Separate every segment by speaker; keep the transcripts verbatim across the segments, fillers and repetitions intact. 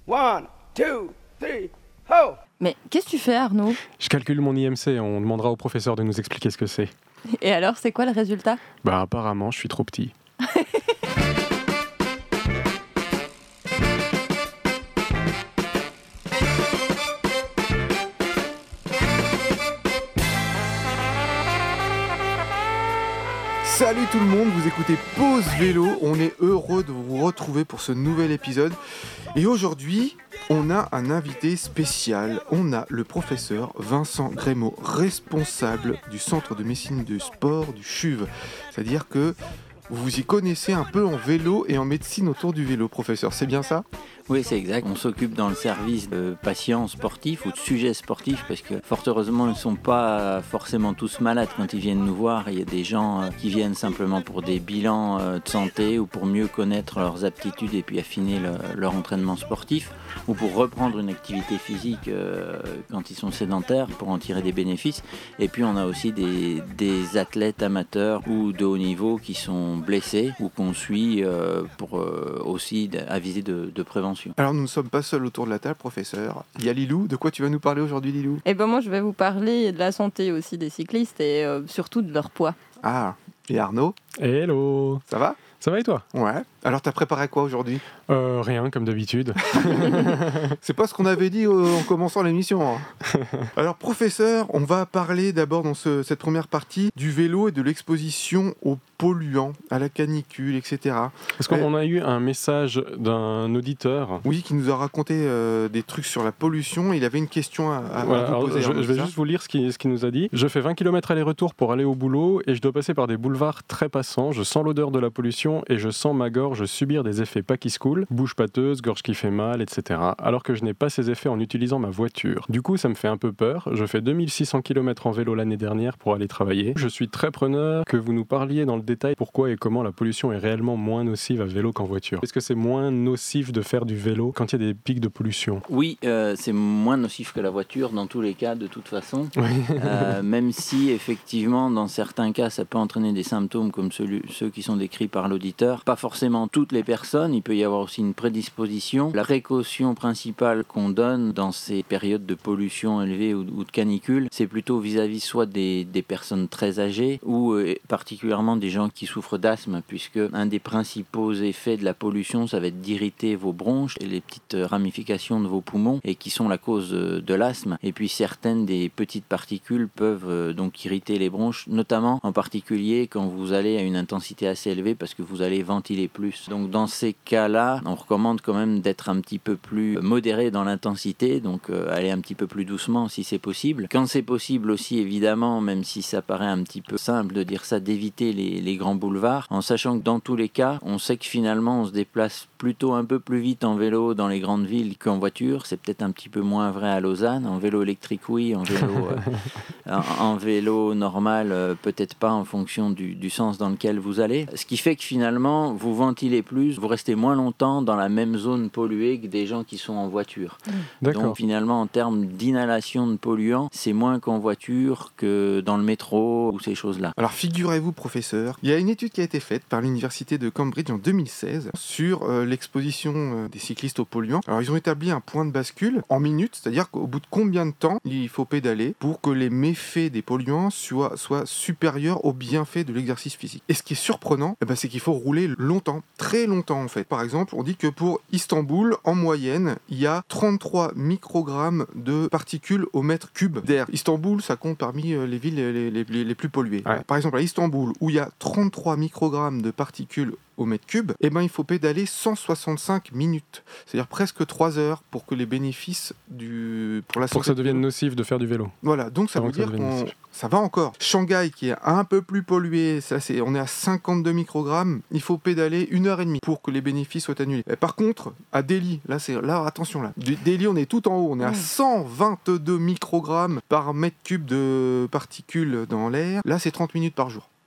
Speaker 1: One, two, three, ho!
Speaker 2: Mais qu'est-ce que tu fais, Arnaud ?
Speaker 3: Je calcule mon I M C, on demandera au professeur de nous expliquer ce que c'est.
Speaker 2: Et alors, c'est quoi le résultat ?
Speaker 3: Bah apparemment, je suis trop petit.
Speaker 4: Salut tout le monde, vous écoutez Pause Vélo, on est heureux de vous retrouver pour ce nouvel épisode. Et aujourd'hui, on a un invité spécial, on a le professeur Vincent Grémaud, responsable du centre de médecine du sport du C H U V. C'est-à-dire que vous vous y connaissez un peu en vélo et en médecine autour du vélo, professeur, c'est bien ça ?
Speaker 5: Oui, c'est exact. On s'occupe dans le service de patients sportifs ou de sujets sportifs parce que fort heureusement, ils ne sont pas forcément tous malades quand ils viennent nous voir. Il y a des gens qui viennent simplement pour des bilans de santé ou pour mieux connaître leurs aptitudes et puis affiner le, leur entraînement sportif ou pour reprendre une activité physique quand ils sont sédentaires pour en tirer des bénéfices. Et puis on a aussi des, des athlètes amateurs ou de haut niveau qui sont blessés ou qu'on suit pour aussi aviser de, de prévention.
Speaker 4: Alors nous ne sommes pas seuls autour de la table, professeur. Il y a Lilou. De quoi tu vas nous parler aujourd'hui, Lilou ?
Speaker 2: Eh ben moi, je vais vous parler de la santé aussi des cyclistes et euh, surtout de leur poids.
Speaker 4: Ah, et Arnaud ?
Speaker 3: Hello !
Speaker 4: Ça va ?
Speaker 3: Ça va et toi ?
Speaker 4: Ouais. Alors t'as préparé quoi aujourd'hui ?
Speaker 3: Euh, rien, comme d'habitude.
Speaker 4: C'est pas ce qu'on avait dit euh, en commençant l'émission. Hein. Alors professeur, on va parler d'abord dans ce, cette première partie du vélo et de l'exposition aux polluants, à la canicule, et cetera.
Speaker 3: Parce qu'on a eu un message d'un auditeur.
Speaker 4: Oui, qui nous a raconté euh, des trucs sur la pollution. Il avait une question à, à,
Speaker 3: voilà,
Speaker 4: à vous poser.
Speaker 3: Je, je vais
Speaker 4: ça.
Speaker 3: juste vous lire ce qu'il, ce qu'il nous a dit. Je fais vingt kilomètres aller-retour pour aller au boulot et je dois passer par des boulevards très passants. Je sens l'odeur de la pollution et je sens ma gorge subir des effets pas qui se coulent, bouche pâteuse, gorge qui fait mal, et cetera. Alors que je n'ai pas ces effets en utilisant ma voiture. Du coup, ça me fait un peu peur. Je fais deux mille six cents kilomètres en vélo l'année dernière pour aller travailler. Je suis très preneur que vous nous parliez dans le détail pourquoi et comment la pollution est réellement moins nocive à vélo qu'en voiture. Est-ce que c'est moins nocif de faire du vélo quand il y a des pics de pollution ?
Speaker 5: Oui, euh, c'est moins nocif que la voiture dans tous les cas, de toute façon. Oui. euh, même si, effectivement, dans certains cas, ça peut entraîner des symptômes comme celui, ceux qui sont décrits par l'auditeur. Pas forcément toutes les personnes, il peut y avoir aussi une prédisposition. La précaution principale qu'on donne dans ces périodes de pollution élevée ou, ou de canicule, c'est plutôt vis-à-vis soit des, des personnes très âgées ou euh, particulièrement des gens qui souffrent d'asthme, puisque un des principaux effets de la pollution, ça va être d'irriter vos bronches et les petites ramifications de vos poumons et qui sont la cause de l'asthme. Et puis certaines des petites particules peuvent donc irriter les bronches, notamment en particulier quand vous allez à une intensité assez élevée parce que vous allez ventiler plus. Donc dans ces cas-là, on recommande quand même d'être un petit peu plus modéré dans l'intensité, donc euh, aller un petit peu plus doucement si c'est possible. Quand c'est possible aussi, évidemment, même si ça paraît un petit peu simple de dire ça, d'éviter les, les grands boulevards, en sachant que dans tous les cas, on sait que finalement on se déplace plutôt un peu plus vite en vélo dans les grandes villes qu'en voiture. C'est peut-être un petit peu moins vrai à Lausanne. En vélo électrique, oui. En vélo, euh, en, en vélo normal, euh, peut-être pas en fonction du, du sens dans lequel vous allez. Ce qui fait que finalement, vous ventilez plus, vous restez moins longtemps dans la même zone polluée que des gens qui sont en voiture.
Speaker 3: D'accord.
Speaker 5: Donc finalement, en termes d'inhalation de polluants, c'est moins qu'en voiture que dans le métro ou ces choses-là.
Speaker 4: Alors figurez-vous, professeur, il y a une étude qui a été faite par l'université de Cambridge en deux mille seize sur euh, l'exposition euh, des cyclistes aux polluants. Alors ils ont établi un point de bascule en minutes, c'est-à-dire qu'au bout de combien de temps il faut pédaler pour que les méfaits des polluants soient, soient supérieurs aux bienfaits de l'exercice physique. Et ce qui est surprenant, eh ben, c'est qu'il faut rouler longtemps, très longtemps en fait. Par exemple, on dit que pour Istanbul, en moyenne, il y a trente-trois microgrammes de particules au mètre cube d'air. Istanbul, ça compte parmi les villes les, les, les, les plus polluées. Ouais. Par exemple, à Istanbul, où il y a trente-trois microgrammes de particules au mètre cube, eh ben, il faut pédaler cent soixante-cinq minutes, c'est-à-dire presque trois heures pour que les bénéfices du... pour la santé...
Speaker 3: Pour que ça devienne nocif de faire du vélo.
Speaker 4: Voilà, donc ça
Speaker 3: Avant
Speaker 4: veut dire
Speaker 3: ça
Speaker 4: qu'on... Ça va encore. Shanghai, qui est un peu plus pollué, ça, c'est... on est à cinquante-deux microgrammes, il faut pédaler une heure et demie pour que les bénéfices soient annulés. Et par contre, à Delhi, là, c'est... là attention, là. Delhi, on est tout en haut, on est à cent vingt-deux microgrammes par mètre cube de particules dans l'air. Là, c'est trente minutes par jour.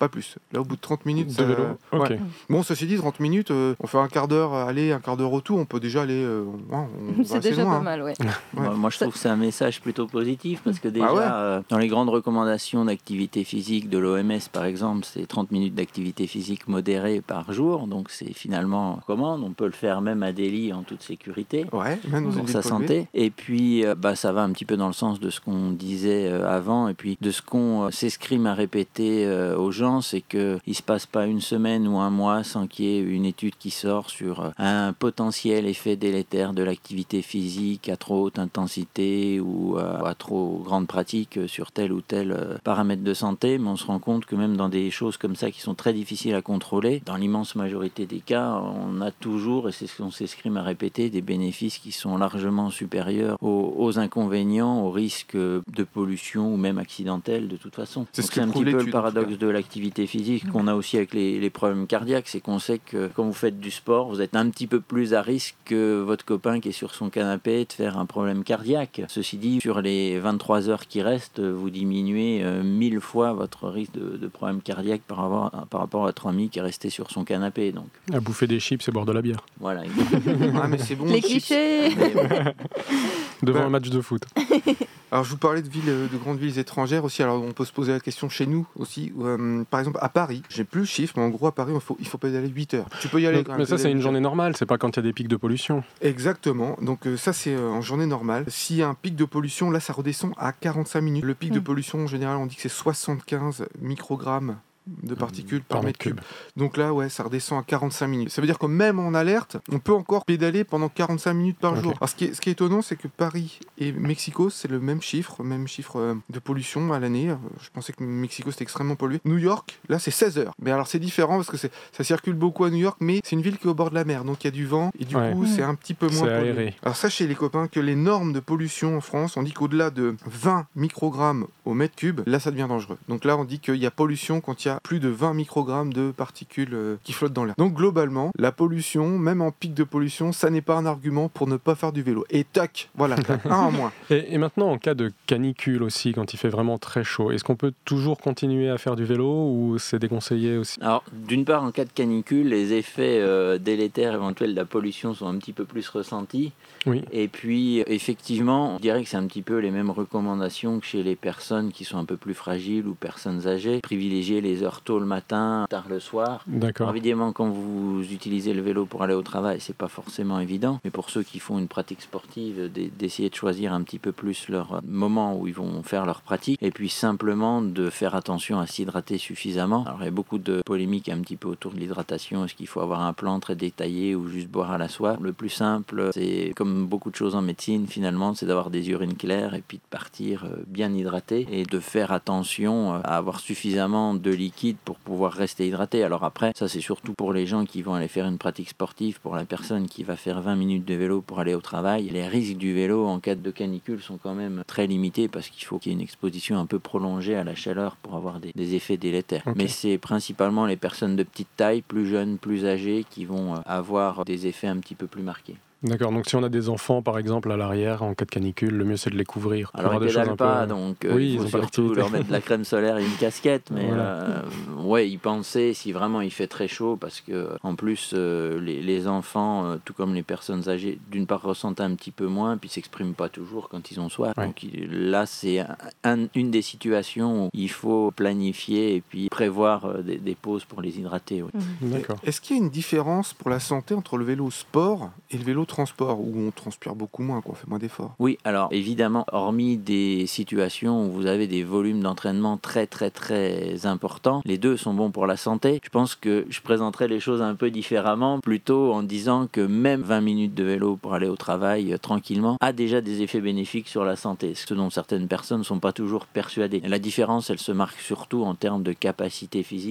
Speaker 4: pas plus. Là, au bout de trente minutes,
Speaker 3: De
Speaker 4: ça...
Speaker 3: vélo. Ok.
Speaker 4: Ouais. Bon, ceci dit, trente minutes, euh, on fait un quart d'heure aller, un quart d'heure retour, on peut déjà aller. Euh, ouais, on va
Speaker 2: C'est
Speaker 4: assez
Speaker 2: déjà
Speaker 4: loin,
Speaker 2: pas
Speaker 4: hein.
Speaker 2: mal, ouais.
Speaker 4: Ouais.
Speaker 5: Moi, moi, je trouve que c'est un message plutôt positif parce que déjà,
Speaker 4: Ah ouais.
Speaker 5: euh, dans les grandes recommandations d'activité physique de l'O M S, par exemple, c'est trente minutes d'activité physique modérée par jour. Donc, c'est finalement commande. On peut le faire même à Delhi en toute sécurité.
Speaker 4: Ouais, même dans une
Speaker 5: Pour
Speaker 4: ville
Speaker 5: sa
Speaker 4: polluée.
Speaker 5: santé. Et puis, euh, bah, ça va un petit peu dans le sens de ce qu'on disait euh, avant et puis de ce qu'on euh, s'escrime à répéter euh, aux gens, c'est qu'il ne se passe pas une semaine ou un mois sans qu'il y ait une étude qui sort sur euh, un potentiel effet délétère de l'activité physique à trop haute intensité ou euh, à trop grande pratique sur tel ou tel euh, paramètre de santé. Mais on se rend compte que même dans des choses comme ça qui sont très difficiles à contrôler, dans l'immense majorité des cas, on a toujours, et c'est ce qu'on s'escrime à répéter, des bénéfices qui sont largement supérieurs aux, aux inconvénients, aux risques de pollution ou même accidentels de toute façon.
Speaker 4: C'est
Speaker 5: Donc
Speaker 4: ce
Speaker 5: c'est
Speaker 4: que
Speaker 5: un
Speaker 4: prouve
Speaker 5: petit peu le
Speaker 4: l'étude, en tout
Speaker 5: paradoxe de l'activité physique qu'on a aussi avec les, les problèmes cardiaques, c'est qu'on sait que quand vous faites du sport, vous êtes un petit peu plus à risque que votre copain qui est sur son canapé de faire un problème cardiaque. Ceci dit, sur les vingt-trois heures qui restent, vous diminuez euh, mille fois votre risque de, de problème cardiaque par rapport, à, par rapport à votre ami qui est resté sur son canapé. Donc
Speaker 3: À bouffer des chips et boire de la bière.
Speaker 5: voilà.
Speaker 4: Ah, mais c'est bon.
Speaker 2: Les
Speaker 4: chips.
Speaker 2: clichés.
Speaker 5: Mais bon.
Speaker 3: Devant
Speaker 4: Ben-
Speaker 3: un match de foot.
Speaker 4: Alors, je vous parlais de villes, euh, de grandes villes étrangères aussi. Alors, on peut se poser la question chez nous aussi. où, euh, par exemple, à Paris, j'ai plus le chiffre, mais en gros, à Paris, il faut, il faut pas y aller huit heures. Tu peux y aller
Speaker 3: Donc,
Speaker 4: quand même.
Speaker 3: mais ça,
Speaker 4: tu peux y
Speaker 3: c'est
Speaker 4: aller
Speaker 3: une
Speaker 4: huit
Speaker 3: journée
Speaker 4: heures.
Speaker 3: normale, c'est pas quand il y a des pics de pollution.
Speaker 4: Exactement. Donc, euh, ça, c'est euh, en journée normale. S'il y a un pic de pollution, là, ça redescend à quarante-cinq minutes. Le pic de
Speaker 2: Mm.
Speaker 4: pollution, en général, on dit que c'est soixante-quinze microgrammes de particules par,
Speaker 3: Par
Speaker 4: mètre cube. Donc là, ouais, ça redescend à quarante-cinq minutes. Ça veut dire que même en alerte, on peut encore pédaler pendant quarante-cinq minutes par
Speaker 3: Ok.
Speaker 4: jour. Alors, ce qui est, ce qui est étonnant, c'est que Paris et Mexico, c'est le même chiffre, même chiffre euh, de pollution à l'année. Euh, Je pensais que Mexico, c'était extrêmement pollué. New York, là, c'est seize heures. Mais alors, c'est différent parce que c'est, ça circule beaucoup à New York, mais c'est une ville qui est au bord de la mer, donc il y a du vent, et du
Speaker 3: Ouais.
Speaker 4: coup,
Speaker 2: Mm.
Speaker 4: c'est un petit peu moins
Speaker 3: C'est
Speaker 4: pollué.
Speaker 3: aéré.
Speaker 4: Alors, sachez, les copains, que les normes de pollution en France, on dit qu'au-delà de vingt microgrammes au mètre cube, là, ça devient dangereux. Donc là, on dit qu'il y a pollution quand il y a plus de vingt microgrammes de particules euh, qui flottent dans l'air. Donc globalement, la pollution, même en pic de pollution, ça n'est pas un argument pour ne pas faire du vélo. Et tac, voilà, t'as un en moins.
Speaker 3: Et, et maintenant, en cas de canicule aussi, quand il fait vraiment très chaud, est-ce qu'on peut toujours continuer à faire du vélo ou c'est déconseillé aussi?
Speaker 5: Alors, d'une part, en cas de canicule, les effets euh, délétères éventuels de la pollution sont un petit peu plus ressentis.
Speaker 3: Oui.
Speaker 5: Et puis, effectivement, on dirait que c'est un petit peu les mêmes recommandations que chez les personnes qui sont un peu plus fragiles ou personnes âgées. Privilégier les heures tôt le matin, tard le soir.
Speaker 3: D'accord.
Speaker 5: Alors, évidemment, quand vous utilisez le vélo pour aller au travail, c'est pas forcément évident. Mais pour ceux qui font une pratique sportive, d- d'essayer de choisir un petit peu plus leur moment où ils vont faire leur pratique. Et puis, simplement de faire attention à s'hydrater suffisamment. Alors, il y a beaucoup de polémiques un petit peu autour de l'hydratation. Est-ce qu'il faut avoir un plan très détaillé ou juste boire à la soif? Le plus simple, c'est comme beaucoup de choses en médecine, finalement, c'est d'avoir des urines claires et puis de partir euh, bien hydraté et de faire attention euh, à avoir suffisamment de liquide pour pouvoir rester hydraté. Alors après, ça c'est surtout pour les gens qui vont aller faire une pratique sportive, pour la personne qui va faire vingt minutes de vélo pour aller au travail. Les risques du vélo en cas de canicule sont quand même très limités parce qu'il faut qu'il y ait une exposition un peu prolongée à la chaleur pour avoir des, des effets délétères.
Speaker 3: Ok.
Speaker 5: Mais c'est principalement les personnes de petite taille, plus jeunes, plus âgées, qui vont euh, avoir des effets un petit peu plus marqués.
Speaker 3: D'accord, donc si on a des enfants par exemple à l'arrière en cas de canicule, le mieux c'est de les couvrir.
Speaker 5: Alors
Speaker 3: Avoir
Speaker 5: ils
Speaker 3: des choses
Speaker 5: pédalent
Speaker 3: un
Speaker 5: pas,
Speaker 3: peu-
Speaker 5: donc euh,
Speaker 3: Oui,
Speaker 5: il
Speaker 3: ils
Speaker 5: faut
Speaker 3: ont pas
Speaker 5: surtout
Speaker 3: d'activité.
Speaker 5: leur mettre de la crème solaire et une casquette. Mais
Speaker 3: Voilà.
Speaker 5: euh, ouais, y penser si vraiment il fait très chaud, parce que en plus euh, les, les enfants, euh, tout comme les personnes âgées, d'une part ressentent un petit peu moins, puis s'expriment pas toujours quand ils ont soif.
Speaker 3: Ouais.
Speaker 5: Donc il- là c'est un- un- une des situations où il faut planifier et puis prévoir euh, des, des pauses pour les hydrater. oui.
Speaker 3: D'accord.
Speaker 4: Est-ce qu'il y a une différence pour la santé entre le vélo sport et le vélo transport, où on transpire beaucoup moins, quoi, on fait moins d'efforts?
Speaker 5: Oui, alors évidemment, hormis des situations où vous avez des volumes d'entraînement très très très importants, les deux sont bons pour la santé. Je pense que je présenterai les choses un peu différemment, plutôt en disant que même vingt minutes de vélo pour aller au travail euh, tranquillement a déjà des effets bénéfiques sur la santé, ce dont certaines personnes ne sont pas toujours persuadées. La différence, elle se marque surtout en termes de capacité physique et de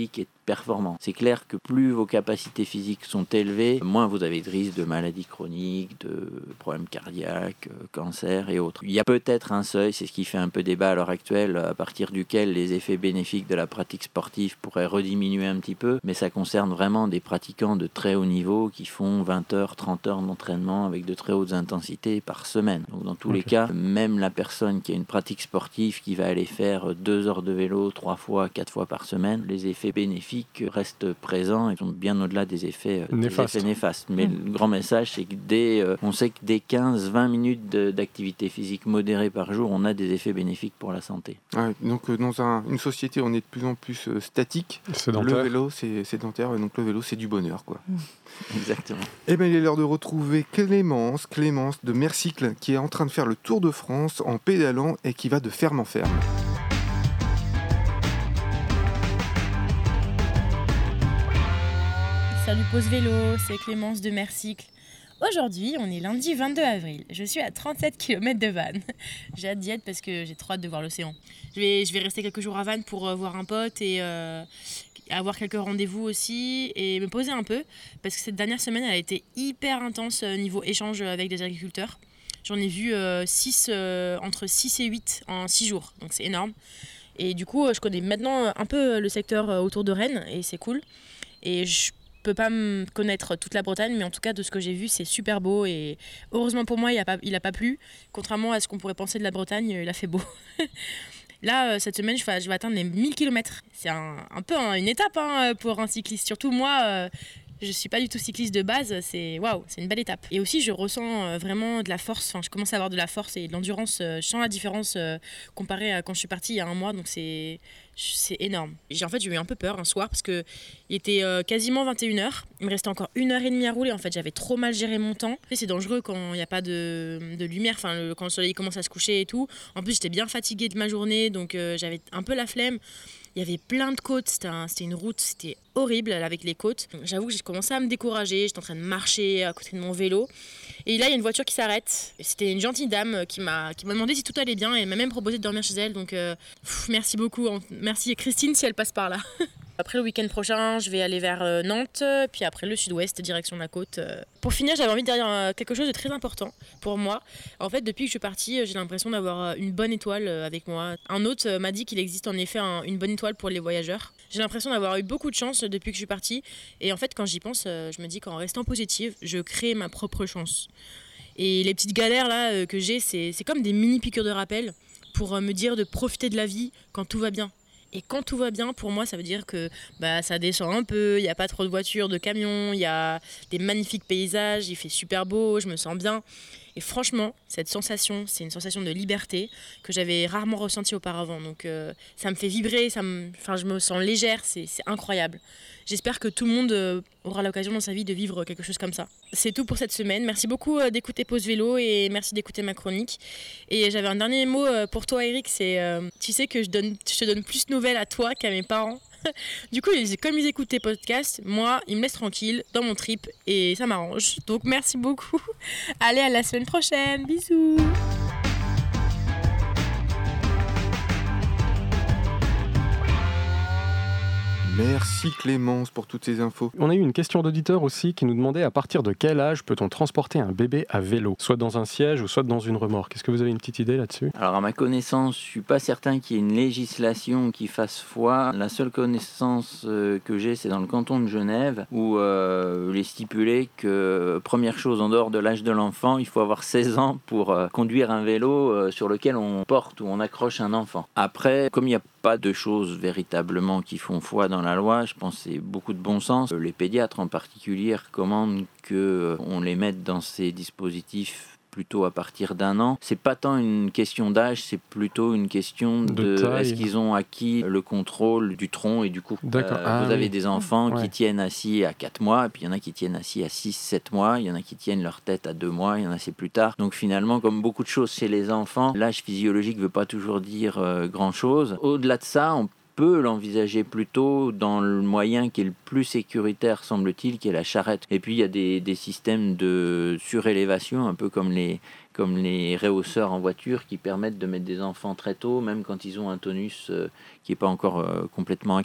Speaker 5: performant. C'est clair que plus vos capacités physiques sont élevées, moins vous avez de risques de maladies chroniques, de problèmes cardiaques, euh, cancer et autres. Il y a peut-être un seuil, c'est ce qui fait un peu débat à l'heure actuelle, à partir duquel les effets bénéfiques de la pratique sportive pourraient rediminuer un petit peu, mais ça concerne vraiment des pratiquants de très haut niveau qui font vingt heures, trente heures d'entraînement avec de très hautes intensités par semaine. Donc dans tous okay. les cas, même la personne qui a une pratique sportive qui va aller faire deux heures de vélo trois fois, quatre fois par semaine, les effets bénéfiques restent présents et sont bien au-delà des effets néfastes. Des effets néfastes. Mais mmh. le grand message, c'est que dès, euh, on sait que dès quinze à vingt minutes de, d'activité physique modérée par jour, on a des effets bénéfiques pour la santé.
Speaker 4: Ouais, donc euh, dans un, une société où on est de plus en plus euh, statique,
Speaker 3: sédentaire.
Speaker 4: Le vélo c'est sédentaire, donc le vélo c'est du bonheur, quoi.
Speaker 5: Mmh. Exactement.
Speaker 4: Et bien il est l'heure de retrouver Clémence, Clémence de Mercycle, qui est en train de faire le Tour de France en pédalant et qui va de ferme en ferme.
Speaker 6: Salut Pause Vélo, c'est Clémence de Mercycle. Aujourd'hui, on est lundi vingt-deux avril. Je suis à trente-sept kilomètres de Vannes. J'ai hâte d'y être parce que j'ai trop hâte de voir l'océan. Je vais, je vais rester quelques jours à Vannes pour euh, voir un pote et euh, avoir quelques rendez-vous aussi et me poser un peu parce que cette dernière semaine, elle a été hyper intense euh, niveau échange avec des agriculteurs. J'en ai vu euh, six, euh, entre six et huit en six jours, donc c'est énorme. Et du coup, je connais maintenant un peu le secteur autour de Rennes et c'est cool. Et je Je peux pas me connaître toute la Bretagne, mais en tout cas de ce que j'ai vu, c'est super beau et heureusement pour moi, il a pas, il a pas plu. Contrairement à ce qu'on pourrait penser de la Bretagne, il a fait beau. Là, cette semaine, je vais, je vais atteindre les mille kilomètres. C'est un, un peu hein, une étape hein, pour un cycliste. Surtout moi, euh, je suis pas du tout cycliste de base. C'est waouh, c'est une belle étape. Et aussi, je ressens vraiment de la force. Enfin, je commence à avoir de la force et de l'endurance. Je sens la différence euh, comparée à quand je suis partie il y a un mois. Donc c'est C'est énorme. J'ai, en fait, j'ai eu un peu peur un soir parce qu'il était euh, quasiment vingt et une heures. Il me restait encore une heure et demie à rouler. En fait, j'avais trop mal géré mon temps. C'est dangereux quand il n'y a pas de, de lumière, enfin, le, quand le soleil commence à se coucher et tout. En plus, j'étais bien fatiguée de ma journée, donc euh, j'avais un peu la flemme. Il y avait plein de côtes. C'était, un, c'était une route, c'était horrible avec les côtes. Donc, j'avoue que j'ai commencé à me décourager. J'étais en train de marcher à côté de mon vélo. Et là, il y a une voiture qui s'arrête. C'était une gentille dame qui m'a, qui m'a demandé si tout allait bien et elle m'a même proposé de dormir chez elle. Donc, euh, pff, merci beaucoup. Merci Christine si elle passe par là. Après le week-end prochain, je vais aller vers euh, Nantes, puis après le sud-ouest, direction de la côte. Euh. Pour finir, j'avais envie de dire euh, quelque chose de très important pour moi. En fait, depuis que je suis partie, j'ai l'impression d'avoir une bonne étoile avec moi. Un hôte euh, m'a dit qu'il existe en effet un, une bonne étoile pour les voyageurs. J'ai l'impression d'avoir eu beaucoup de chance depuis que je suis partie. Et en fait, quand j'y pense, euh, je me dis qu'en restant positive, je crée ma propre chance. Et les petites galères là euh, que j'ai, c'est, c'est comme des mini piqûres de rappel pour euh, me dire de profiter de la vie quand tout va bien. Et quand tout va bien, pour moi, ça veut dire que bah, ça descend un peu, il n'y a pas trop de voitures, de camions, il y a des magnifiques paysages, il fait super beau, je me sens bien. Et franchement, cette sensation, c'est une sensation de liberté que j'avais rarement ressentie auparavant. Donc euh, ça me fait vibrer, ça me... enfin, je me sens légère, c'est, c'est incroyable. J'espère que tout le monde euh, aura l'occasion dans sa vie de vivre quelque chose comme ça. C'est tout pour cette semaine. Merci beaucoup euh, d'écouter Pause Vélo et merci d'écouter ma chronique. Et j'avais un dernier mot euh, pour toi, Eric, c'est euh, tu sais que je, donne, je te donne plus de nouvelles à toi qu'à mes parents. Du coup, comme ils écoutent tes podcasts, moi, ils me laissent tranquille dans mon trip et ça m'arrange. Donc merci beaucoup. Allez, à la semaine prochaine. Bisous.
Speaker 4: Merci Clémence pour toutes ces infos.
Speaker 3: On a eu une question d'auditeur aussi qui nous demandait à partir de quel âge peut-on transporter un bébé à vélo, soit dans un siège ou soit dans une remorque. Est-ce que vous avez une petite idée là-dessus ?
Speaker 5: Alors à ma connaissance, je suis pas certain qu'il y ait une législation qui fasse foi. La seule connaissance euh, que j'ai, c'est dans le canton de Genève où euh, il est stipulé que, première chose, en dehors de l'âge de l'enfant, il faut avoir seize ans pour euh, conduire un vélo euh, sur lequel on porte ou on accroche un enfant. Après, comme il y a pas de choses véritablement qui font foi dans la loi, je pense que c'est beaucoup de bon sens. Les pédiatres en particulier recommandent qu'on les mette dans ces dispositifs plutôt à partir d'un an. C'est pas tant une question d'âge, c'est plutôt une question de,
Speaker 3: de taille.
Speaker 5: Est-ce qu'ils ont acquis le contrôle du tronc et du cou.
Speaker 3: D'accord.
Speaker 5: Euh,
Speaker 3: ah,
Speaker 5: vous avez
Speaker 3: oui.
Speaker 5: des enfants
Speaker 3: ouais.
Speaker 5: qui tiennent assis à quatre mois, et puis il y en a qui tiennent assis à six sept mois, il y en a qui tiennent leur tête à deux mois, il y en a c'est plus tard. Donc finalement, comme beaucoup de choses chez les enfants, l'âge physiologique ne veut pas toujours dire euh, grand-chose. Au-delà de ça, on peut l'envisager plutôt dans le moyen qui est le plus sécuritaire, semble-t-il, qui est la charrette. Et puis il y a des, des systèmes de surélévation, un peu comme les, comme les réhausseurs en voiture, qui permettent de mettre des enfants très tôt, même quand ils ont un tonus euh, qui n'est pas encore euh, complètement acquis.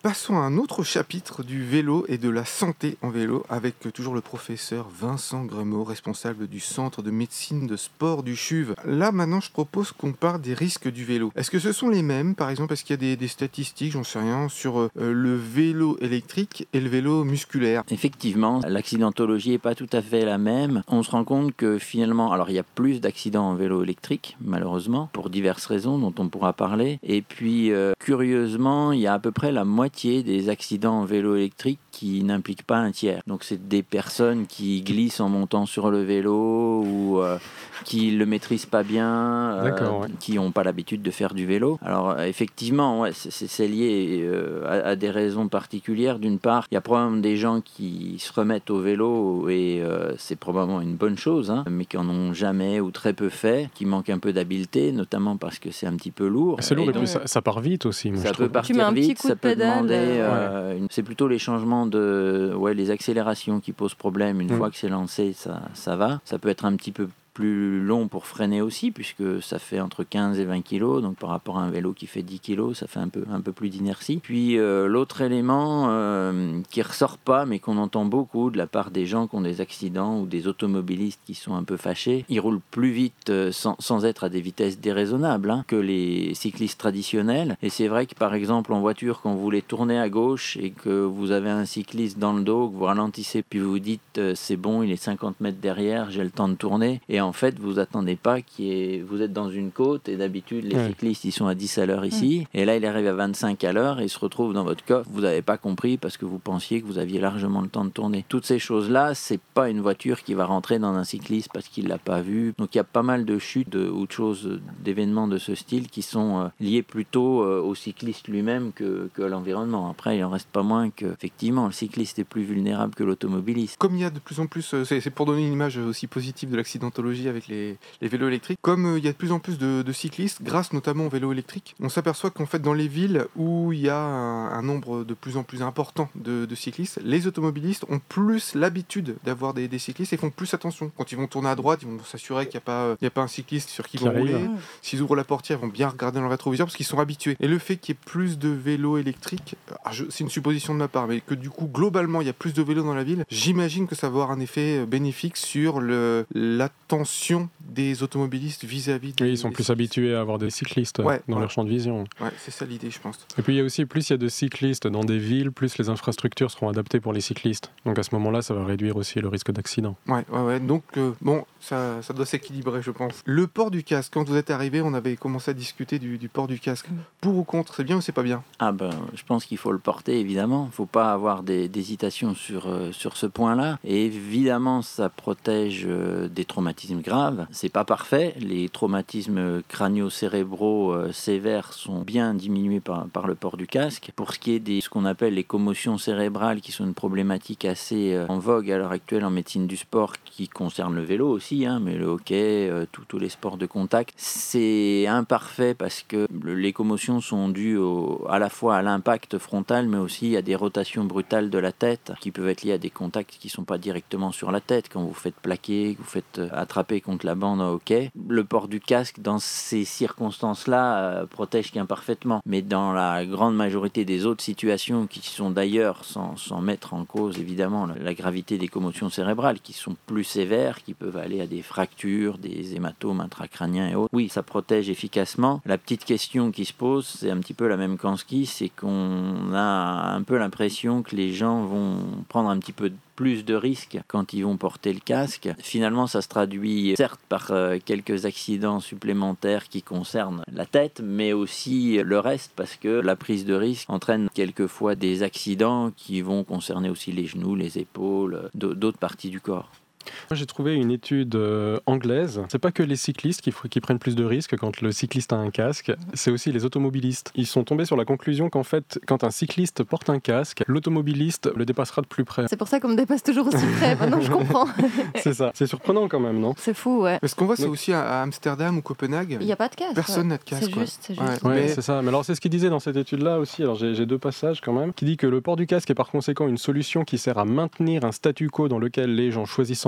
Speaker 4: passons à un autre chapitre du vélo et de la santé en vélo avec toujours le professeur Vincent Gremaud, responsable du centre de médecine de sport du C H U V. Là, maintenant, je propose qu'on parle des risques du vélo. Est-ce que ce sont les mêmes, par exemple, est-ce qu'il y a des, des statistiques, j'en sais rien, sur euh, le vélo électrique et le vélo musculaire?
Speaker 5: Effectivement, l'accidentologie n'est pas tout à fait la même. On se rend compte que finalement, alors il y a plus d'accidents en vélo électrique, malheureusement, pour diverses raisons dont on pourra parler. Et puis, euh, curieusement, il y a à peu près la moitié des accidents en vélo électrique qui n'impliquent pas un tiers. Donc c'est des personnes qui glissent en montant sur le vélo ou euh, qui le maîtrisent pas bien, euh,
Speaker 3: ouais.
Speaker 5: qui n'ont pas l'habitude de faire du vélo. Alors euh, effectivement, ouais, c'est, c'est lié euh, à, à des raisons particulières. D'une part, il y a probablement des gens qui se remettent au vélo et euh, c'est probablement une bonne chose, hein, mais qui en ont jamais ou très peu fait, qui manquent un peu d'habileté, notamment parce que c'est un petit peu lourd.
Speaker 3: C'est lourd et,
Speaker 5: et donc,
Speaker 3: puis ça, ça part vite aussi. Moi,
Speaker 5: ça
Speaker 3: je
Speaker 5: peut
Speaker 3: trouve.
Speaker 5: partir
Speaker 2: tu mets un
Speaker 5: vite,
Speaker 2: petit coup
Speaker 5: ça
Speaker 2: de
Speaker 5: peut
Speaker 2: pédale,
Speaker 5: demander.
Speaker 2: euh,
Speaker 5: Euh, une, c'est plutôt les changements de, ouais, les accélérations qui posent problème. Une
Speaker 3: mmh.
Speaker 5: fois que c'est lancé, ça, ça va. Ça peut être un petit peu plus long pour freiner aussi, puisque ça fait entre quinze et vingt kilos, donc par rapport à un vélo qui fait dix kilos, ça fait un peu, un peu plus d'inertie. Puis euh, l'autre élément euh, qui ressort pas, mais qu'on entend beaucoup de la part des gens qui ont des accidents ou des automobilistes qui sont un peu fâchés, ils roulent plus vite euh, sans, sans être à des vitesses déraisonnables hein, que les cyclistes traditionnels. Et c'est vrai que par exemple en voiture, quand vous voulez tourner à gauche et que vous avez un cycliste dans le dos, que vous ralentissez, puis vous vous dites euh, c'est bon, il est cinquante mètres derrière, j'ai le temps de tourner, et en fait, vous attendez pas qu'il y ait... Vous êtes dans une côte et d'habitude, les
Speaker 3: ouais.
Speaker 5: cyclistes, ils sont à dix à l'heure ici. Mmh. Et là, il arrive à vingt-cinq à l'heure et il se retrouve dans votre coffre. Vous n'avez pas compris parce que vous pensiez que vous aviez largement le temps de tourner. Toutes ces choses-là, c'est pas une voiture qui va rentrer dans un cycliste parce qu'il l'a pas vu. Donc, il y a pas mal de chutes de, ou de choses, d'événements de ce style qui sont euh, liés plutôt euh, au cycliste lui-même que, que à l'environnement. Après, il en reste pas moins que, effectivement, le cycliste est plus vulnérable que l'automobiliste.
Speaker 4: Comme il y a de plus en plus, c'est, c'est pour donner une image aussi positive de l'accidentologie avec les, les vélos électriques, comme euh, il y a de plus en plus de, de cyclistes, grâce notamment aux vélos électriques, on s'aperçoit qu'en fait dans les villes où il y a un, un nombre de plus en plus important de, de cyclistes, les automobilistes ont plus l'habitude d'avoir des, des cyclistes et font plus attention. Quand ils vont tourner à droite, ils vont s'assurer qu'il n'y a pas, il y a pas un cycliste sur qui ils vont rouler. Mmh. S'ils ouvrent la portière, ils vont bien regarder dans le rétroviseur parce qu'ils sont habitués. Et le fait qu'il y ait plus de vélos électriques, je, c'est une supposition de ma part, mais que du coup globalement il y a plus de vélos dans la ville, j'imagine que ça va avoir un effet bénéfique sur le, l'attention des automobilistes vis-à-vis des...
Speaker 3: Oui, ils sont plus habitués à avoir des cyclistes
Speaker 4: ouais,
Speaker 3: dans
Speaker 4: ouais.
Speaker 3: leur champ de vision.
Speaker 4: Ouais, c'est ça l'idée, je pense.
Speaker 3: Et puis il y a aussi, plus il y a de cyclistes dans des villes, plus les infrastructures seront adaptées pour les cyclistes. Donc à ce moment-là, ça va réduire aussi le risque d'accident.
Speaker 4: Ouais, ouais, ouais. Donc euh, bon, ça, ça doit s'équilibrer, je pense. Le port du casque, quand vous êtes arrivé, on avait commencé à discuter du, du port du casque. Pour ou contre, c'est bien ou c'est pas bien?
Speaker 5: Ah ben, je pense qu'il faut le porter, évidemment. Il ne faut pas avoir des, d'hésitation sur, euh, sur ce point-là. Et évidemment, ça protège euh, des traumatismes graves. C'est pas parfait. Les traumatismes crânio-cérébraux euh, sévères sont bien diminués par, par le port du casque. Pour ce qui est de ce qu'on appelle les commotions cérébrales, qui sont une problématique assez euh, en vogue à l'heure actuelle en médecine du sport, qui concerne le vélo aussi, hein, mais le hockey, euh, tous les sports de contact, c'est imparfait parce que les commotions sont dues au, à la fois à l'impact frontal, mais aussi à des rotations brutales de la tête qui peuvent être liées à des contacts qui ne sont pas directement sur la tête. Quand vous faites plaquer, que vous faites attraper contre la bande en hockey, le port du casque dans ces circonstances-là euh, protège qu'imparfaitement. Mais dans la grande majorité des autres situations qui sont d'ailleurs, sans, sans mettre en cause évidemment la, la gravité des commotions cérébrales, qui sont plus sévères, qui peuvent aller à des fractures, des hématomes intracrâniens et autres, oui, ça protège efficacement. La petite question qui se pose, c'est un petit peu la même qu'en ski, c'est qu'on a un peu l'impression que les gens vont prendre un petit peu de plus de risques quand ils vont porter le casque. Finalement, ça se traduit certes par euh, quelques accidents supplémentaires qui concernent la tête, mais aussi le reste, parce que la prise de risque entraîne quelquefois des accidents qui vont concerner aussi les genoux, les épaules, d'autres parties du corps.
Speaker 3: Moi, j'ai trouvé une étude euh, anglaise. C'est pas que les cyclistes qui, f- qui prennent plus de risques quand le cycliste a un casque, c'est aussi les automobilistes. Ils sont tombés sur la conclusion qu'en fait, quand un cycliste porte un casque, l'automobiliste le dépassera de plus près.
Speaker 2: C'est pour ça qu'on me dépasse toujours aussi près. Maintenant, je comprends.
Speaker 3: C'est ça. C'est surprenant quand même, non?
Speaker 2: C'est fou, ouais.
Speaker 4: Mais ce qu'on voit, c'est
Speaker 3: Donc...
Speaker 4: aussi à Amsterdam ou Copenhague.
Speaker 2: Il n'y a pas de casque.
Speaker 4: Personne
Speaker 2: ouais.
Speaker 4: n'a de casque.
Speaker 2: C'est
Speaker 4: quoi.
Speaker 2: juste, c'est juste.
Speaker 3: Ouais,
Speaker 4: Mais...
Speaker 3: c'est ça. Mais alors, c'est ce qu'il disait dans cette étude-là aussi. Alors, j'ai, j'ai deux passages quand même, qui dit que le port du casque est par conséquent une solution qui sert à maintenir un statu quo dans lequel les gens choisissant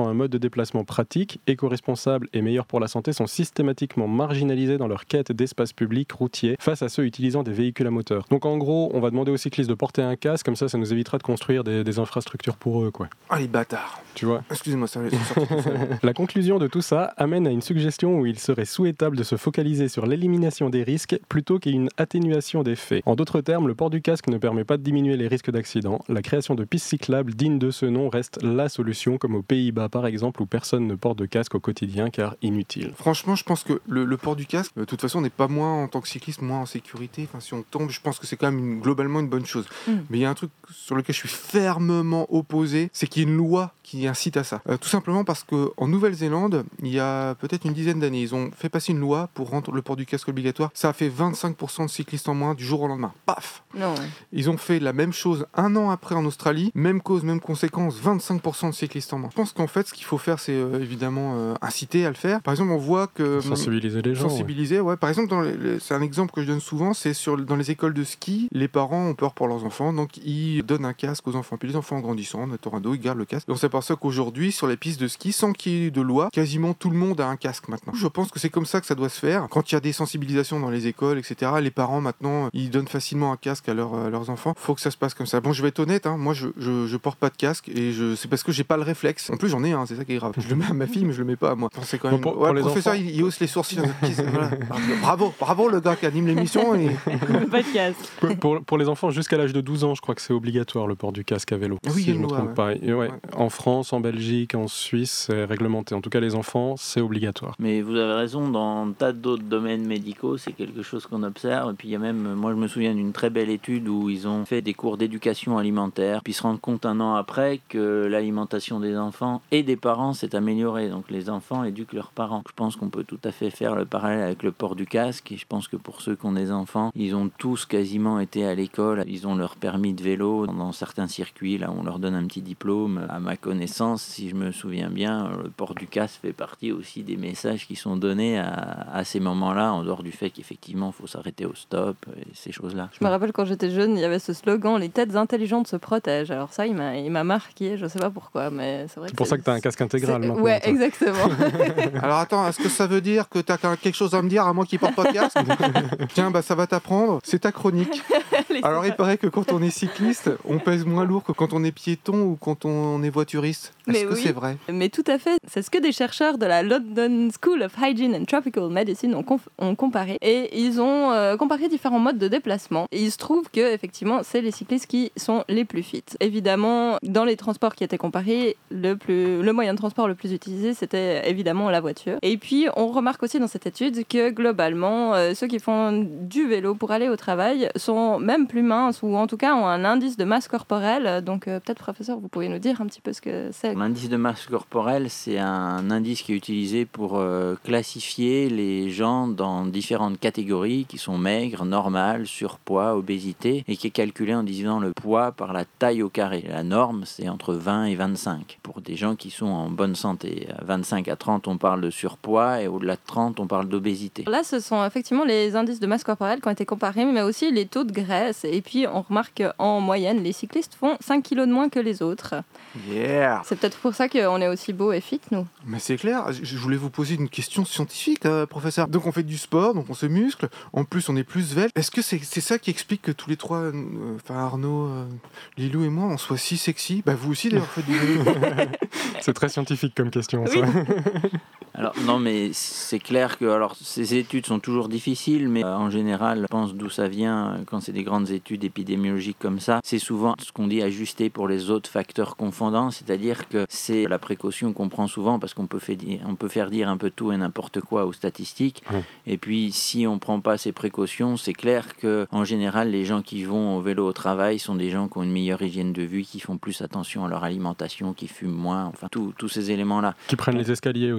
Speaker 3: un mode de déplacement pratique, éco-responsable et meilleur pour la santé sont systématiquement marginalisés dans leur quête d'espace public routier face à ceux utilisant des véhicules à moteur. Donc en gros, on va demander aux cyclistes de porter un casque, comme ça, ça nous évitera de construire des, des infrastructures pour eux, quoi.
Speaker 4: Ah, les bâtards.
Speaker 3: Tu vois.
Speaker 4: Excusez-moi, ça, c'est sorti tout seul.
Speaker 3: La conclusion de tout ça amène à une suggestion où il serait souhaitable de se focaliser sur l'élimination des risques plutôt qu'une atténuation des faits. En d'autres termes, le port du casque ne permet pas de diminuer les risques d'accident. La création de pistes cyclables dignes de ce nom reste la solution, comme aux Pays-Bas par exemple, où personne ne porte de casque au quotidien car inutile.
Speaker 4: Franchement, je pense que le, le port du casque, de toute façon, on n'est pas moins en tant que cycliste, moins en sécurité. Enfin, si on tombe, je pense que c'est quand même une, globalement une bonne chose. Mm. Mais il y a un truc sur lequel je suis fermement opposé, c'est qu'il y ait une loi qui incite à ça. Euh, tout simplement parce qu'en Nouvelle-Zélande, il y a peut-être une dizaine d'années, ils ont fait passer une loi pour rendre le port du casque obligatoire. Ça a fait vingt-cinq pour cent de cyclistes en moins du jour au lendemain. Paf !
Speaker 2: Non.
Speaker 4: Ils ont fait la même chose un an après en Australie. Même cause, même conséquence, vingt-cinq pour cent de cyclistes en moins. Je pense qu'en fait, ce qu'il faut faire, c'est euh, évidemment euh, inciter à le faire. Par exemple, on voit que...
Speaker 3: Sensibiliser les gens.
Speaker 4: Sensibiliser, ouais. ouais. Par exemple, dans les, les, c'est un exemple que je donne souvent, c'est sur, dans les écoles de ski, les parents ont peur pour leurs enfants, donc ils donnent un casque aux enfants. Puis les enfants, en grandissant, en étant ados, ils gardent le casque. Et on s'aperçoit qu'aujourd'hui, sur les pistes de ski, sans qu'il y ait de loi, quasiment tout le monde a un casque maintenant. Je pense que c'est comme ça que ça doit se faire. Quand il y a des sensibilisations dans les écoles, et cetera, les parents maintenant, ils donnent facilement un casque à, leur, à leurs enfants. Faut que ça se passe comme ça. Bon, je vais être honnête, hein, moi je, je, je porte pas de casque et je, c'est parce que j'ai pas le réflexe. En plus, j'en ai un, hein, c'est ça qui est grave. Je le mets à ma fille, mais je le mets pas à moi. Enfin, c'est quand même...
Speaker 3: Pour, pour,
Speaker 4: ouais,
Speaker 3: pour
Speaker 4: le
Speaker 3: les
Speaker 4: professeur,
Speaker 3: enfants...
Speaker 4: il, il hausse les sourcils. Voilà. Bravo, bravo le gars qui anime l'émission. Et...
Speaker 2: pas de casque.
Speaker 3: Pour, pour les enfants jusqu'à l'âge de douze ans, je crois que c'est obligatoire le port du casque à vélo.
Speaker 4: Oui,
Speaker 3: si je ne me
Speaker 4: loi,
Speaker 3: trompe
Speaker 4: ouais.
Speaker 3: pas. Et ouais,
Speaker 4: Ouais.
Speaker 3: En France, en Belgique, en Suisse, c'est réglementé. En tout cas, les enfants, c'est obligatoire.
Speaker 5: Mais vous avez raison, dans un tas d'autres domaines médicaux, c'est quelque chose qu'on observe. Et puis il y a même, moi je me souviens d'une très belle étude où ils ont fait des cours d'éducation alimentaire, puis se rendre compte un an après que l'alimentation des enfants et des parents s'est améliorée. Donc les enfants éduquent leurs parents. Je pense qu'on peut tout à fait faire le parallèle avec le port du casque. Et je pense que pour ceux qui ont des enfants, ils ont tous quasiment été à l'école. Ils ont leur permis de vélo dans certains circuits. Là, on leur donne un petit diplôme. À ma connaissance, si je me souviens bien, le port du casque fait partie aussi des messages qui sont donnés à, à ces moments-là, en dehors du fait qu'effectivement, il faut s'arrêter au stop et ces choses-là.
Speaker 2: Je me rappelle quand j'étais jeune, il y avait ce slogan « Les têtes intelligentes se protègent ». Alors ça, il m'a, il m'a marqué, je sais pas pourquoi, mais c'est vrai
Speaker 3: C'est
Speaker 2: que
Speaker 3: pour
Speaker 2: c'est,
Speaker 3: ça que tu as un casque intégral
Speaker 2: c'est...
Speaker 3: maintenant.
Speaker 2: Ouais,
Speaker 3: toi.
Speaker 2: exactement.
Speaker 4: Alors attends, est-ce que ça veut dire que tu as quelque chose à me dire à moi qui porte pas de casque? Tiens, bah ça va t'apprendre, c'est ta chronique. Alors il paraît que quand on est cycliste, on pèse moins lourd que quand on est piéton ou quand on est voituriste. Est-ce
Speaker 2: Mais
Speaker 4: que
Speaker 2: oui.
Speaker 4: c'est vrai?
Speaker 2: Mais tout à fait, c'est ce que des chercheurs de la London School of Hygiene and Tropical Medicine ont, conf- ont comparé. Et ils ont euh, comparé différents modes de déplacement. Et il se trouve que, effectivement, c'est les cyclistes qui sont les plus fit. Évidemment, dans les transports qui étaient comparés, le, plus, le moyen de transport le plus utilisé, c'était évidemment la voiture. Et puis, on remarque aussi dans cette étude que, globalement, euh, ceux qui font du vélo pour aller au travail sont même plus minces, ou en tout cas ont un indice de masse corporelle. Donc, euh, peut-être, professeur, vous pouvez nous dire un petit peu ce que c'est.
Speaker 5: L'indice de masse corporelle, c'est un indice qui est utilisé pour euh, classifier les gens dans différentes catégories qui sont maigres, normales, surpoids, obésité, et qui est calculé en divisant le poids par la taille au carré. La norme, c'est entre vingt et vingt-cinq. Pour des gens qui sont en bonne santé, à vingt-cinq à trente, on parle de surpoids, et au-delà de trente, on parle d'obésité.
Speaker 2: Là, ce sont effectivement les indices de masse corporelle qui ont été comparés, mais aussi les taux de graisse. Et puis, on remarque qu'en moyenne, les cyclistes font cinq kilos de moins que les autres.
Speaker 4: Yeah.
Speaker 2: C'est peut-être pour ça qu'on est aussi beau et fit, nous.
Speaker 4: Mais c'est clair, je je voulais vous poser une question scientifique, euh, professeur. Donc on fait du sport, donc on se muscle, en plus on est plus svelte. Est-ce que c'est, c'est ça qui explique que tous les trois, euh, enfin Arnaud, euh, Lilou et moi, on soit si sexy? Bah vous aussi d'ailleurs, faites du vélo.
Speaker 3: C'est très scientifique comme question,
Speaker 2: Oui.
Speaker 3: ça.
Speaker 5: Alors non, mais c'est clair que alors ces études sont toujours difficiles, mais euh, en général, je pense d'où ça vient euh, quand c'est des grandes études épidémiologiques comme ça. C'est souvent ce qu'on dit ajusté pour les autres facteurs confondants, c'est-à-dire que c'est la précaution qu'on prend souvent parce qu'on peut faire dire, on peut faire dire un peu tout et n'importe quoi aux statistiques.
Speaker 3: Ouais.
Speaker 5: Et puis si on prend pas ces précautions, c'est clair que en général, les gens qui vont au vélo au travail sont des gens qui ont une meilleure hygiène de vie, qui font plus attention à leur alimentation, qui fument moins, enfin tous tous ces éléments-là.
Speaker 3: Qui prennent les escaliers aussi plutôt
Speaker 5: Voilà.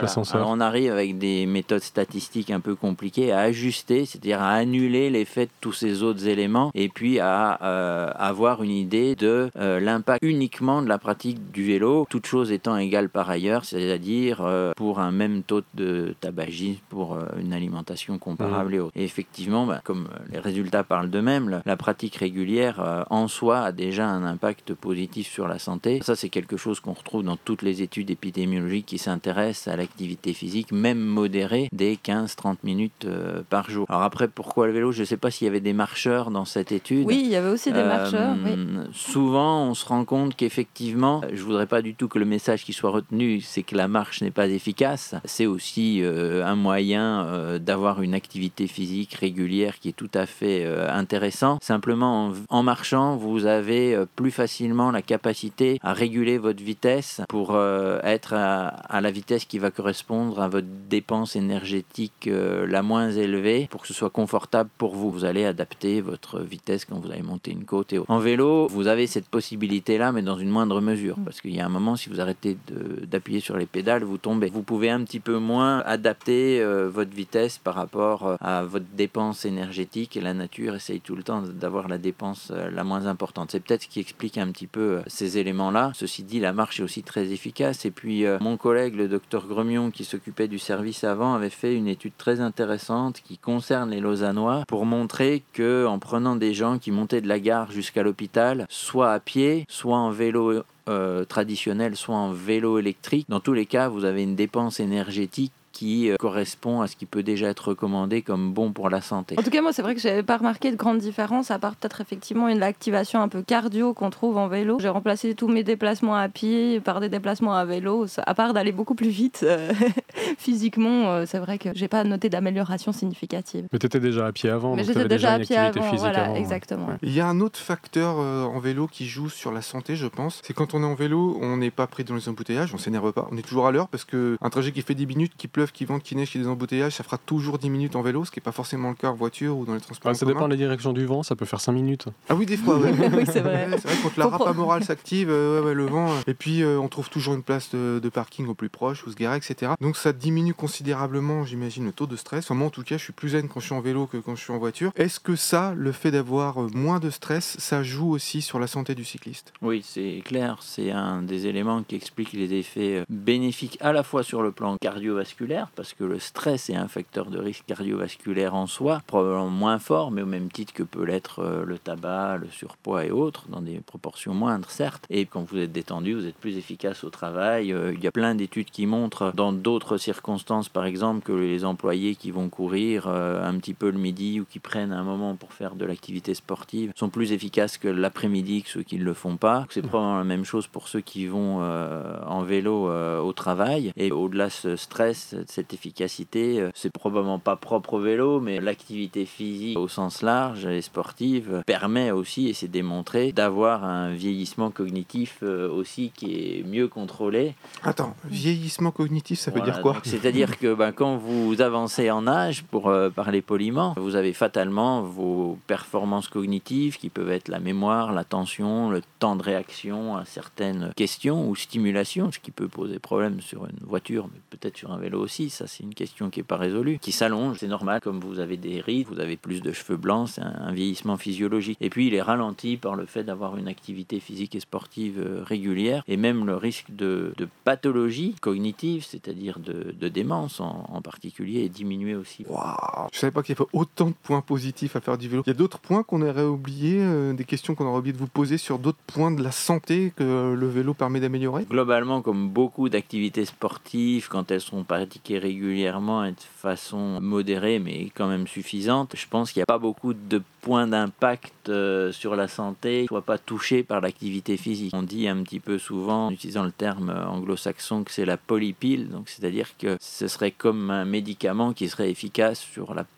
Speaker 3: l'ascenseur.
Speaker 5: Alors on arrive avec des méthodes statistiques un peu compliquées à ajuster, c'est-à-dire à annuler l'effet de tous ces autres éléments et puis à euh, avoir une idée de euh, l'impact uniquement de la pratique du vélo, toutes choses étant égales par ailleurs, c'est-à-dire euh, pour un même taux de tabagisme, pour euh, une alimentation comparable mmh. et autres. Et effectivement, bah, comme les résultats parlent d'eux-mêmes, la, la pratique régulière euh, en soi a déjà un impact positif sur la santé. Ça, c'est quelque chose qu'on retrouve dans toutes les études épidémiologiques qui s'intéressent à l'activité physique, même modérée, des quinze à trente minutes euh, par jour. Alors après, pourquoi le vélo ? Je ne sais pas s'il y avait des marcheurs dans cette étude.
Speaker 2: Oui, il y avait aussi des euh, marcheurs. Oui.
Speaker 5: Souvent, on se rend compte qu'effectivement, je ne voudrais pas du tout que le message qui soit retenu, c'est que la marche n'est pas efficace. C'est aussi euh, un moyen euh, d'avoir une activité physique régulière qui est tout à fait euh, intéressant. Simplement, en, en marchant, vous avez euh, plus facilement la capacité à réguler votre vitesse pour euh, être à, à la vitesse qui va correspondre à votre dépense énergétique euh, la moins élevée pour que ce soit confortable pour vous. Vous allez adapter votre vitesse quand vous allez monter une côte et autres. En vélo, vous avez cette possibilité-là, mais dans une moindre mesure, parce qu'il y a un moment, si vous arrêtez de, d'appuyer sur les pédales, vous tombez. Vous pouvez un petit peu moins adapter euh, votre vitesse par rapport euh, à votre dépense énergétique, et la nature essaye tout le temps d'avoir la dépense euh, la moins importante. C'est peut-être ce qui explique un petit peu euh, ces éléments-là. Ceci dit, la marche est aussi très efficace, et puis euh, mon collègue, le docteur Gremion, qui s'occupait du service avant, avait fait une étude très intéressante qui concerne les Lausannois pour montrer que en prenant des gens qui montaient de la gare jusqu'à l'hôpital, soit à pied, soit en vélo euh, traditionnel, soit en vélo électrique, dans tous les cas, vous avez une dépense énergétique qui euh, correspond à ce qui peut déjà être recommandé comme bon pour la santé.
Speaker 2: En tout cas, moi, c'est vrai que je n'avais pas remarqué de grande différence, à part peut-être effectivement une activation un peu cardio qu'on trouve en vélo. J'ai remplacé tous mes déplacements à pied par des déplacements à vélo, à part d'aller beaucoup plus vite euh, physiquement. Euh, c'est vrai que j'ai pas noté d'amélioration significative.
Speaker 3: Mais tu étais déjà à pied avant.
Speaker 2: Mais
Speaker 3: donc
Speaker 2: j'étais déjà, déjà à pied avant, voilà,
Speaker 3: avant,
Speaker 2: exactement.
Speaker 3: Ouais.
Speaker 4: Il y a un autre facteur euh, en vélo qui joue sur la santé, je pense. C'est quand on est en vélo, on n'est pas pris dans les embouteillages, on s'énerve pas. On est toujours à l'heure parce qu'un trajet qui fait dix minutes, qui pleuve, qui vente, qui neige, qui des embouteillages, ça fera toujours dix minutes en vélo, ce qui n'est pas forcément le cas en voiture ou dans les transports
Speaker 3: ouais,
Speaker 4: en
Speaker 3: ça
Speaker 4: commun.
Speaker 3: dépend de la direction du vent, ça peut faire cinq minutes.
Speaker 4: Ah oui, des fois, ouais.
Speaker 2: Oui, c'est vrai.
Speaker 4: Ouais, c'est vrai que quand la râpe amorale s'active, euh, ouais, ouais, le vent, euh, et puis euh, on trouve toujours une place de, de parking au plus proche, ou se garer, et cetera. Donc ça diminue considérablement, j'imagine, le taux de stress. Enfin, moi, en tout cas, je suis plus zen quand je suis en vélo que quand je suis en voiture. Est-ce que ça, le fait d'avoir moins de stress, ça joue aussi sur la santé du cycliste ?
Speaker 5: Oui, c'est clair. C'est un des éléments qui explique les effets bénéfiques à la fois sur le plan cardiovasculaire, parce que le stress est un facteur de risque cardiovasculaire en soi, probablement moins fort, mais au même titre que peut l'être le tabac, le surpoids et autres, dans des proportions moindres, certes. Et quand vous êtes détendu, vous êtes plus efficace au travail. Il y a plein d'études qui montrent, dans d'autres circonstances, par exemple, que les employés qui vont courir un petit peu le midi ou qui prennent un moment pour faire de l'activité sportive sont plus efficaces que l'après-midi que ceux qui ne le font pas. C'est probablement la même chose pour ceux qui vont euh, en vélo euh, au travail. Et au-delà de ce stress, de cette efficacité, euh, c'est probablement pas propre au vélo, mais l'activité physique au sens large et sportive permet aussi, et c'est démontré, d'avoir un vieillissement cognitif euh, aussi qui est mieux contrôlé.
Speaker 4: Attends, vieillissement cognitif, ça
Speaker 5: voilà,
Speaker 4: veut dire quoi ?
Speaker 5: donc, c'est-à-dire que ben, quand vous avancez en âge, pour euh, parler poliment, vous avez fatalement vos performances cognitives qui peuvent être la mémoire, l'attention, le temps de réaction à certaines questions ou stimulations, ce qui peut poser problème sur une voiture, mais peut-être sur un vélo aussi. Ça, c'est une question qui n'est pas résolue, qui s'allonge. C'est normal, comme vous avez des rides, vous avez plus de cheveux blancs, c'est un, un vieillissement physiologique. Et puis, il est ralenti par le fait d'avoir une activité physique et sportive euh, régulière, et même le risque de, de pathologie cognitive, c'est-à-dire de, de démence en, en particulier, est diminué aussi.
Speaker 4: Waouh ! Je savais pas qu'il y avait autant de points positifs à faire du vélo. Il y a d'autres points qu'on aurait oubliés, euh, des questions qu'on aurait oublié de vous poser sur d'autres points de la santé que le vélo permet d'améliorer ?
Speaker 5: Globalement, comme beaucoup d'activités sportives, quand elles sont pratiquées régulièrement et de façon modérée, mais quand même suffisante, je pense qu'il n'y a pas beaucoup de points d'impact euh, sur la santé qui ne soient pas touchés par l'activité physique. On dit un petit peu souvent, en utilisant le terme anglo-saxon, que c'est la polypile, donc c'est-à-dire que ce serait comme un médicament qui serait efficace sur la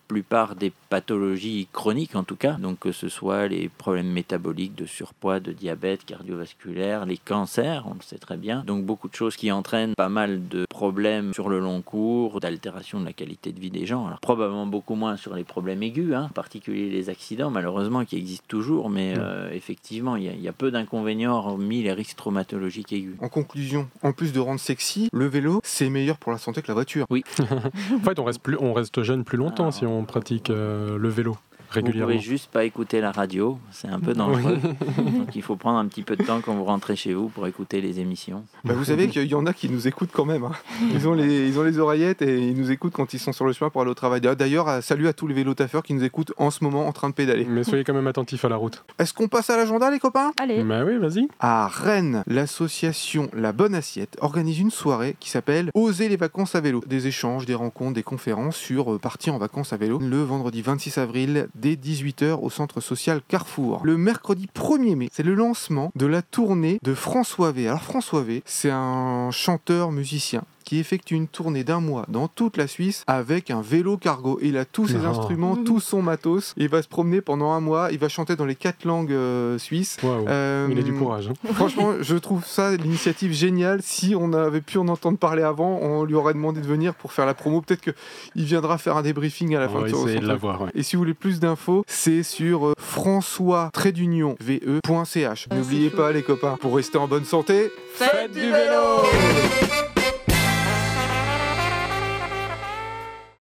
Speaker 5: plupart des pathologies chroniques en tout cas, donc que ce soit les problèmes métaboliques, de surpoids, de diabète cardiovasculaire, les cancers, on le sait très bien, donc beaucoup de choses qui entraînent pas mal de problèmes sur le long cours, d'altération de la qualité de vie des gens. Alors probablement beaucoup moins sur les problèmes aigus, hein, en particulier les accidents malheureusement qui existent toujours, mais euh, effectivement il y, y a peu d'inconvénients hormis les risques traumatologiques aigus.
Speaker 4: En conclusion, en plus de rendre sexy, le vélo c'est meilleur pour la santé que la voiture.
Speaker 5: Oui.
Speaker 3: En fait, on reste, plus, on reste jeune plus longtemps Alors, si on pratique euh, le vélo régulièrement.
Speaker 5: Vous pouvez juste pas écouter la radio, c'est un peu dangereux. Oui. Donc il faut prendre un petit peu de temps quand vous rentrez chez vous pour écouter les émissions.
Speaker 4: Bah, vous savez qu'il y en a qui nous écoutent quand même. Hein. Ils, ont les, ils ont les oreillettes et ils nous écoutent quand ils sont sur le chemin pour aller au travail. D'ailleurs, salut à tous les vélotaffeurs qui nous écoutent en ce moment en train de pédaler.
Speaker 3: Mais soyez quand même attentifs à la route.
Speaker 4: Est-ce qu'on passe à l'agenda, les copains ?
Speaker 2: Allez.
Speaker 3: Bah oui, vas-y.
Speaker 4: À Rennes, l'association La Bonne Assiette organise une soirée qui s'appelle Oser les vacances à vélo. Des échanges, des rencontres, des conférences sur partir en vacances à vélo le vendredi vingt-six avril dès dix-huit heures au centre social Carrefour. Le mercredi premier mai, c'est le lancement de la tournée de François V. Alors François V, c'est un chanteur musicien qui effectue une tournée d'un mois dans toute la Suisse avec un vélo cargo. Il a tous ses
Speaker 3: Oh.
Speaker 4: instruments, tout son matos. Il va se promener pendant un mois. Il va chanter dans les quatre langues euh, suisses.
Speaker 3: Wow.
Speaker 4: Euh,
Speaker 3: Il a du courage. Hein.
Speaker 4: Franchement, je trouve ça l'initiative géniale. Si on avait pu en entendre parler avant, on lui aurait demandé de venir pour faire la promo. Peut-être qu'il viendra faire un débriefing à la
Speaker 3: On
Speaker 4: fin
Speaker 3: va
Speaker 4: de son
Speaker 3: essayer de
Speaker 4: son-
Speaker 3: la voir. Ouais.
Speaker 4: Et si vous voulez plus d'infos, c'est sur euh, françois v e point c h.
Speaker 2: Ah,
Speaker 4: N'oubliez
Speaker 2: c'est
Speaker 4: pas les copains, pour rester en bonne santé,
Speaker 2: Faites du vélo.